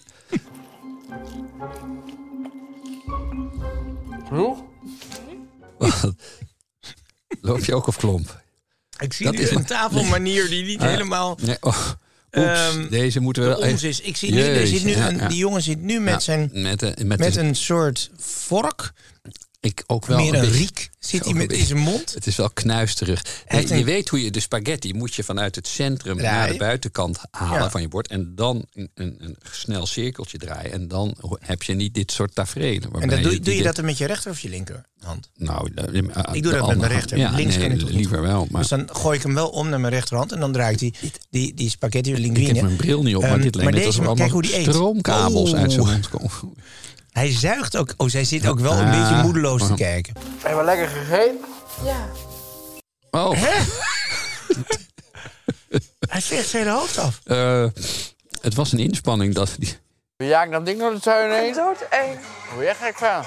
O: Hoe?
K: Loop je ook op klomp?
G: Ik zie
K: Dat
G: nu
K: is
G: een
K: een-
G: tafelmanier die niet
K: Ah,
G: helemaal...
K: Nee, oh, oeps,
G: Ehm,
K: deze moeten we wel...
G: ons is. Ik zie nu, er
K: Jezus,
G: zit nu
K: ja,
G: een,
K: ja.
G: die jongen zit nu met,
K: Ja,
G: zijn,
K: met, een- met,
G: met
K: een,
G: een soort vork.
K: ik ook wel
G: meer een
K: beetje-
G: riek zit
K: ook
G: hij
K: een
G: met in
K: beetje-
G: zijn mond.
K: Het is wel knuisterig.
G: Hij
K: Nee,
G: heeft een-
K: Je weet hoe je de spaghetti moet je vanuit het centrum
G: Draaien.
K: naar de buitenkant halen
G: Ja.
K: van je bord. En dan een, een, een snel cirkeltje draaien. En dan ho- heb je niet dit soort tafereelen.
G: En
K: waarbij
G: dat doe,
K: die-
G: doe je
K: dit-
G: dat dan met je rechter of je linkerhand?
K: Nou, de- de-
G: Ik doe
K: de
G: dat met
K: andere-
G: mijn rechter.
K: Ja,
G: Links
K: nee,
G: kan ik toch niet
K: liever
G: goed.
K: wel. Maar
G: Dus dan gooi ik hem wel om naar mijn rechterhand en dan draait hij die, die spaghetti linguine.
K: ik heb mijn bril niet op, maar
G: Ehm,
K: dit lijkt net
G: deze,
K: alsof er
G: kijk
K: allemaal
G: hoe die eet.
K: stroomkabels uit zijn
G: Oeh.
K: mond komen.
G: Hij zuigt ook. Oh, zij zit ook wel een
K: Ah,
G: beetje moedeloos te
K: maar-
G: kijken.
O: Heb je lekker gegeten?
N: Ja.
K: Oh.
G: Hij veegt zijn hele hoofd af.
K: Eh, het was een inspanning dat die...
O: Ja, ik dat ding door de tuin heen.
N: Doodeng.
O: Hoe je gek van?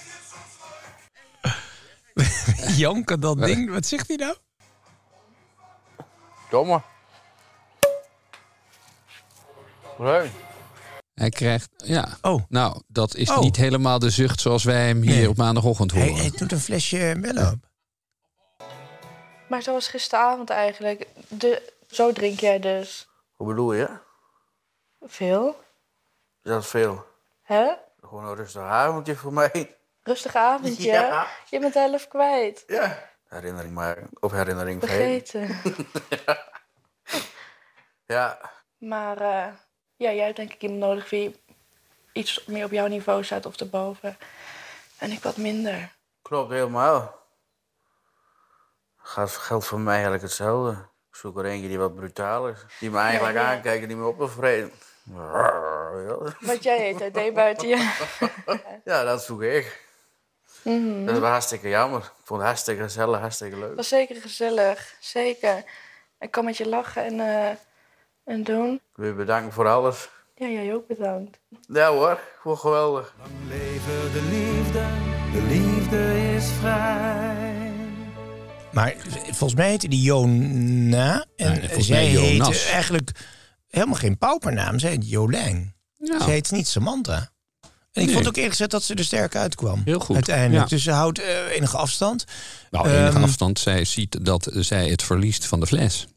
G: Janken dat ding. Wat zegt hij nou?
O: Domme. Leuk.
K: Hij krijgt, ja.
G: Oh.
K: Nou, dat is
G: Oh.
K: niet helemaal de zucht zoals wij hem hier
G: Nee.
K: op maandagochtend
G: Hij,
K: horen.
G: hij doet een flesje mello op.
N: Maar zoals gisteravond eigenlijk. De, zo drink jij dus
O: Hoe bedoel je?
N: veel,
O: Dat is veel.
N: hè?
O: Gewoon een rustig avondje voor mij.
N: Rustig avondje.
O: Ja.
N: Je bent de helft kwijt.
O: Ja. Herinnering maken. Of herinnering vergeten.
N: Vergeten.
O: Ja.
N: Maar uh, ja, jij hebt denk ik iemand nodig wie iets meer op jouw niveau staat of erboven. En ik wat minder.
O: Klopt helemaal. Gaat geldt voor mij eigenlijk hetzelfde. Ik zoek er eentje die wat brutaal is. Die me eigenlijk
N: Ja, ja.
O: aankijkt en die me op wil vreten.
N: Wat jij eet, uit deed buiten je.
O: Ja, dat zoek ik.
N: Mhm.
O: Dat is wel hartstikke jammer. Ik vond het hartstikke gezellig, hartstikke leuk.
N: Het was zeker gezellig, zeker. Ik kan met je lachen en, uh, en doen.
O: Ik wil je bedanken voor alles.
N: Ja, jij ook bedankt.
O: Ja hoor, gewoon geweldig.
M: Leven de liefde, de liefde is vrij.
G: Maar volgens mij heette die Jona. En
K: Nee, volgens
G: zij
K: mij Jonas.
G: heette eigenlijk helemaal geen paupernaam. Zij heette Jolijn.
K: Ja.
G: Zij heet niet Samantha. En ik
K: Nee.
G: vond ook eerlijk gezegd dat ze er sterk uitkwam.
K: Heel goed.
G: Uiteindelijk.
K: Ja.
G: Dus ze houdt uh, enige afstand.
K: Nou, enige
G: Ehm,
K: afstand. Zij ziet dat zij het verliest van de fles.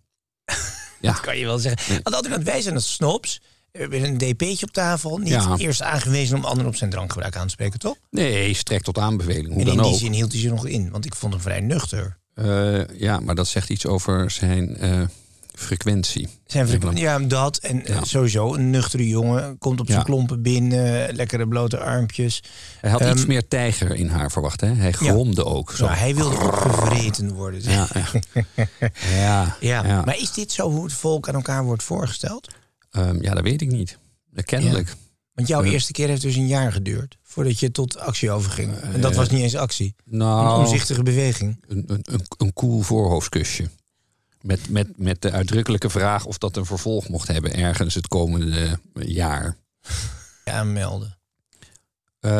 K: Ja.
G: Dat kan je wel zeggen. Want altijd dat wij zijn als snobs. We hebben een D P'tje op tafel. Niet
K: Ja.
G: eerst aangewezen om anderen op zijn drankgebruik aan te spreken, toch?
K: Nee, strekt tot aanbeveling. Hoe
G: en in
K: dan
G: die
K: ook.
G: zin hield hij zich nog in. Want ik vond hem vrij nuchter.
K: Uh, ja, maar dat zegt iets over zijn uh, frequentie.
G: Zijn frequentie, ja, dat. En ja. sowieso een nuchtere jongen. Komt op zijn ja. klompen binnen. Lekkere blote armpjes.
K: Hij had
G: um,
K: iets meer tijger in haar verwacht, hè? Hij gromde ja. ook. Zo.
G: Nou, hij wilde opgevreten worden.
K: Ja, ja. ja,
G: ja. ja. Maar is dit zo hoe het volk aan elkaar wordt voorgesteld?
K: Um, ja, dat weet ik niet. Kennelijk. Ja.
G: Want jouw uh, eerste keer heeft dus een jaar geduurd. Voordat je tot actie overging. Uh, en dat was niet eens actie.
K: Nou,
G: een omzichtige beweging.
K: Een, een, een, een cool voorhoofdkusje. Met, met, met de uitdrukkelijke vraag of dat een vervolg mocht hebben ergens het komende jaar.
G: Ja, melden.
K: Uh,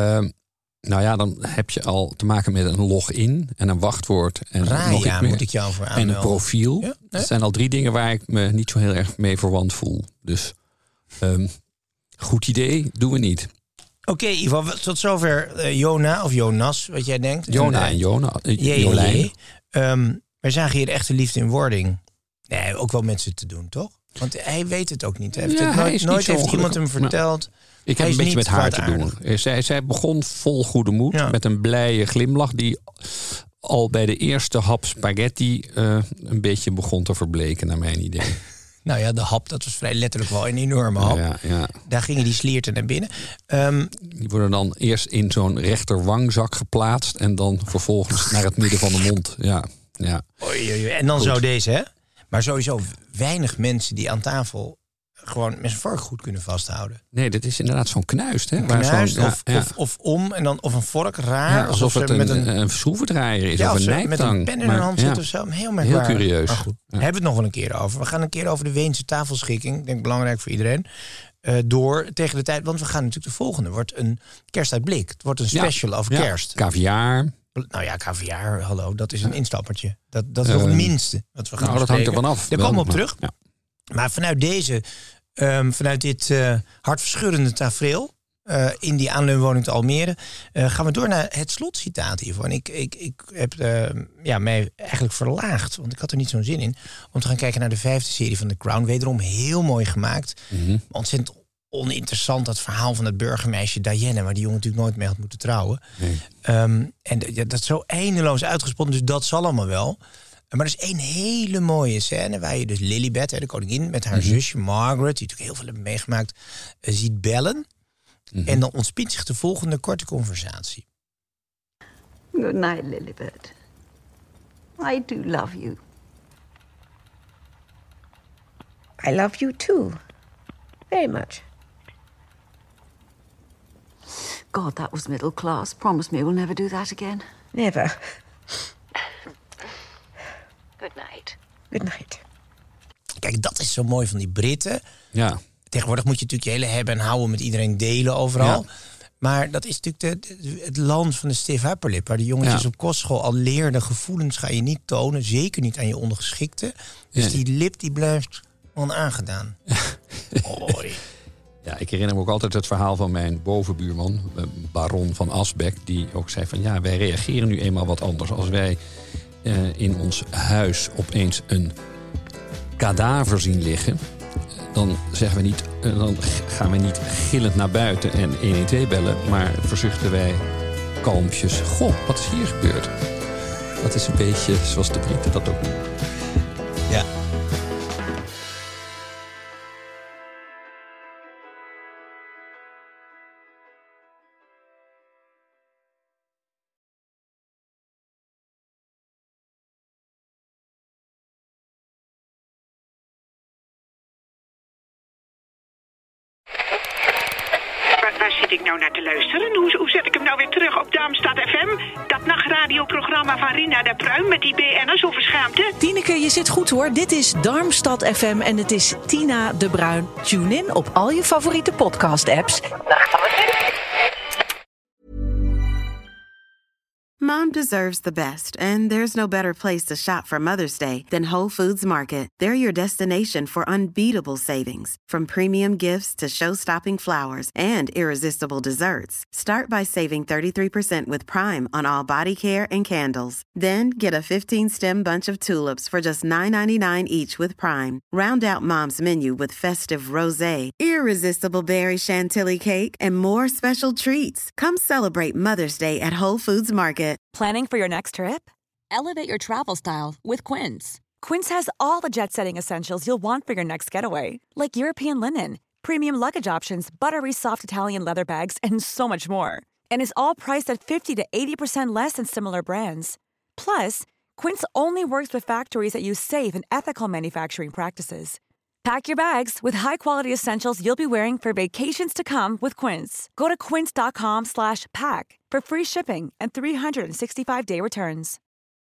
K: nou ja, dan heb je al te maken met een login en een wachtwoord. En
G: Raya,
K: nog iets meer.
G: Moet ik jou voor aanmelden.
K: En een profiel.
G: Ja,
K: dat zijn al drie dingen waar ik me niet zo heel erg mee verwant voel. Dus um, goed idee, doen we niet.
G: Oké, okay, Ivo, tot zover uh, Jona of Jonas, wat jij denkt.
K: Jona en, uh, en Jona. Uh,
G: je, Jolijn. Je, je. Um, wij zagen hier de echte liefde in wording. Nee, ook wel met ze te doen, toch? Want hij weet het ook niet. Hij heeft
K: ja,
G: het nooit nooit heeft iemand hem verteld.
K: Nou, ik heb een beetje met haar te doen. Zij, zij begon vol goede moed. Ja. Met een blije glimlach die al bij de eerste hap spaghetti uh, een beetje begon te verbleken, naar mijn idee.
G: Nou ja, de hap, dat was vrij letterlijk wel een enorme hap.
K: Ja, ja.
G: Daar gingen die slierten naar binnen. Um,
K: die worden dan eerst in zo'n rechterwangzak geplaatst en dan vervolgens naar het midden van de mond. Ja, ja.
G: Oei, oei, en dan Goed. Zo deze, hè? Maar sowieso weinig mensen die aan tafel gewoon met zijn vork goed kunnen vasthouden.
K: Nee, dit is inderdaad zo'n knuist. Hè?
G: Een
K: Waar
G: knuist
K: zo'n,
G: of,
K: ja, ja.
G: Of, of om en dan of een vork raar.
K: Ja, alsof het
G: ze
K: een,
G: met een,
K: een schroevendraaier is
G: ja,
K: of een
G: ze
K: nijptang.
G: met een pen in
K: maar,
G: hun hand
K: ja.
G: zit of zo. Heel merkwaardig.
K: Heel curieus.
G: Maar goed,
K: Ja.
G: hebben we het nog wel een keer over. We gaan een keer over de Weense tafelschikking. Ik denk belangrijk voor iedereen. Uh, door tegen de tijd, want we gaan natuurlijk de volgende. Het wordt een kerstuitblik. Het wordt een special
K: ja.
G: over
K: ja.
G: kerst.
K: Kaviaar.
G: Nou ja, kaviaar, hallo, dat is een instappertje. Dat, dat is uh, nog het minste wat we gaan
K: Nou, dat hangt er vanaf.
G: Daar komen we op
K: maar,
G: terug.
K: Ja.
G: Maar vanuit deze, um, vanuit dit uh, hartverscheurende tafereel, Uh, in die aanleunwoning te Almere, uh, gaan we door naar het slotcitaat hiervoor. En ik, ik, ik heb uh, ja, mij eigenlijk verlaagd, want ik had er niet zo'n zin in, om te gaan kijken naar de vijfde serie van The Crown. Wederom heel mooi gemaakt. Mm-hmm. Ontzettend oninteressant, dat verhaal van het burgermeisje Diana, waar die jongen natuurlijk nooit mee had moeten trouwen. Nee. Um, en ja, dat is zo eindeloos uitgesponnen, dus dat zal allemaal wel. Maar er is één hele mooie scène waar je dus Lilibet, de koningin, met haar mm-hmm. zusje Margaret, die natuurlijk heel veel hebben meegemaakt, uh, ziet bellen. Mm-hmm. En dan ontspint zich de volgende korte conversatie.
P: Good night, Lilibet. I do love you.
I: I love you too. Very much.
P: God, that was middle class. Promise me we'll never do that again.
I: Never.
P: Good night.
I: Good night.
G: Kijk, dat is zo mooi van die Britten.
K: Ja.
G: Tegenwoordig moet je natuurlijk je hele hebben en houden met iedereen delen overal. Ja. Maar dat is natuurlijk de, de, het land van de stiff upper lip, waar de jongetjes ja. op kostschool al leerden, gevoelens ga je niet tonen, zeker niet aan je ondergeschikte. Dus ja. die lip die blijft onaangedaan. Hoi.
K: Ja, ik herinner me ook altijd het verhaal van mijn bovenbuurman, baron van Asbeck, die ook zei van ja, wij reageren nu eenmaal wat anders. Als wij uh, in ons huis opeens een kadaver zien liggen, dan zeggen we niet, dan gaan we niet gillend naar buiten en honderdtwaalf bellen, maar verzuchten wij kalmpjes. Goh, wat is hier gebeurd? Dat is een beetje zoals de Britten dat ook doen.
G: Ja.
Q: Ik nou naar te luisteren? Hoe, hoe zet ik hem nou weer terug op Darmstad F M? Dat nachtradioprogramma van Rina de Pruim met die B N'ers over schaamte?
R: Tineke, je zit goed hoor. Dit is Darmstad F M en het is Tina de Bruin. Tune in op al je favoriete podcast-apps.
S: Mom deserves the best, and there's no better place to shop for Mother's Day than Whole Foods Market. They're your destination for unbeatable savings, from premium gifts to show-stopping flowers and irresistible desserts. Start by saving thirty-three percent with Prime on all body care and candles. Then get a fifteen-stem bunch of tulips for just nine ninety-nine each with Prime. Round out Mom's menu with festive rosé, irresistible berry chantilly cake, and more special treats. Come celebrate Mother's Day at Whole Foods Market.
T: Planning for your next trip? Elevate your travel style with Quince. Quince has all the jet-setting essentials you'll want for your next getaway, like European linen, premium luggage options, buttery soft Italian leather bags, and so much more. And is all priced at fifty to eighty percent less than similar brands. Plus, Quince only works with factories that use safe and ethical manufacturing practices. Pack your bags with high-quality essentials you'll be wearing for vacations to come with Quince. Go to quince.com slash pack for free shipping and three sixty-five day returns.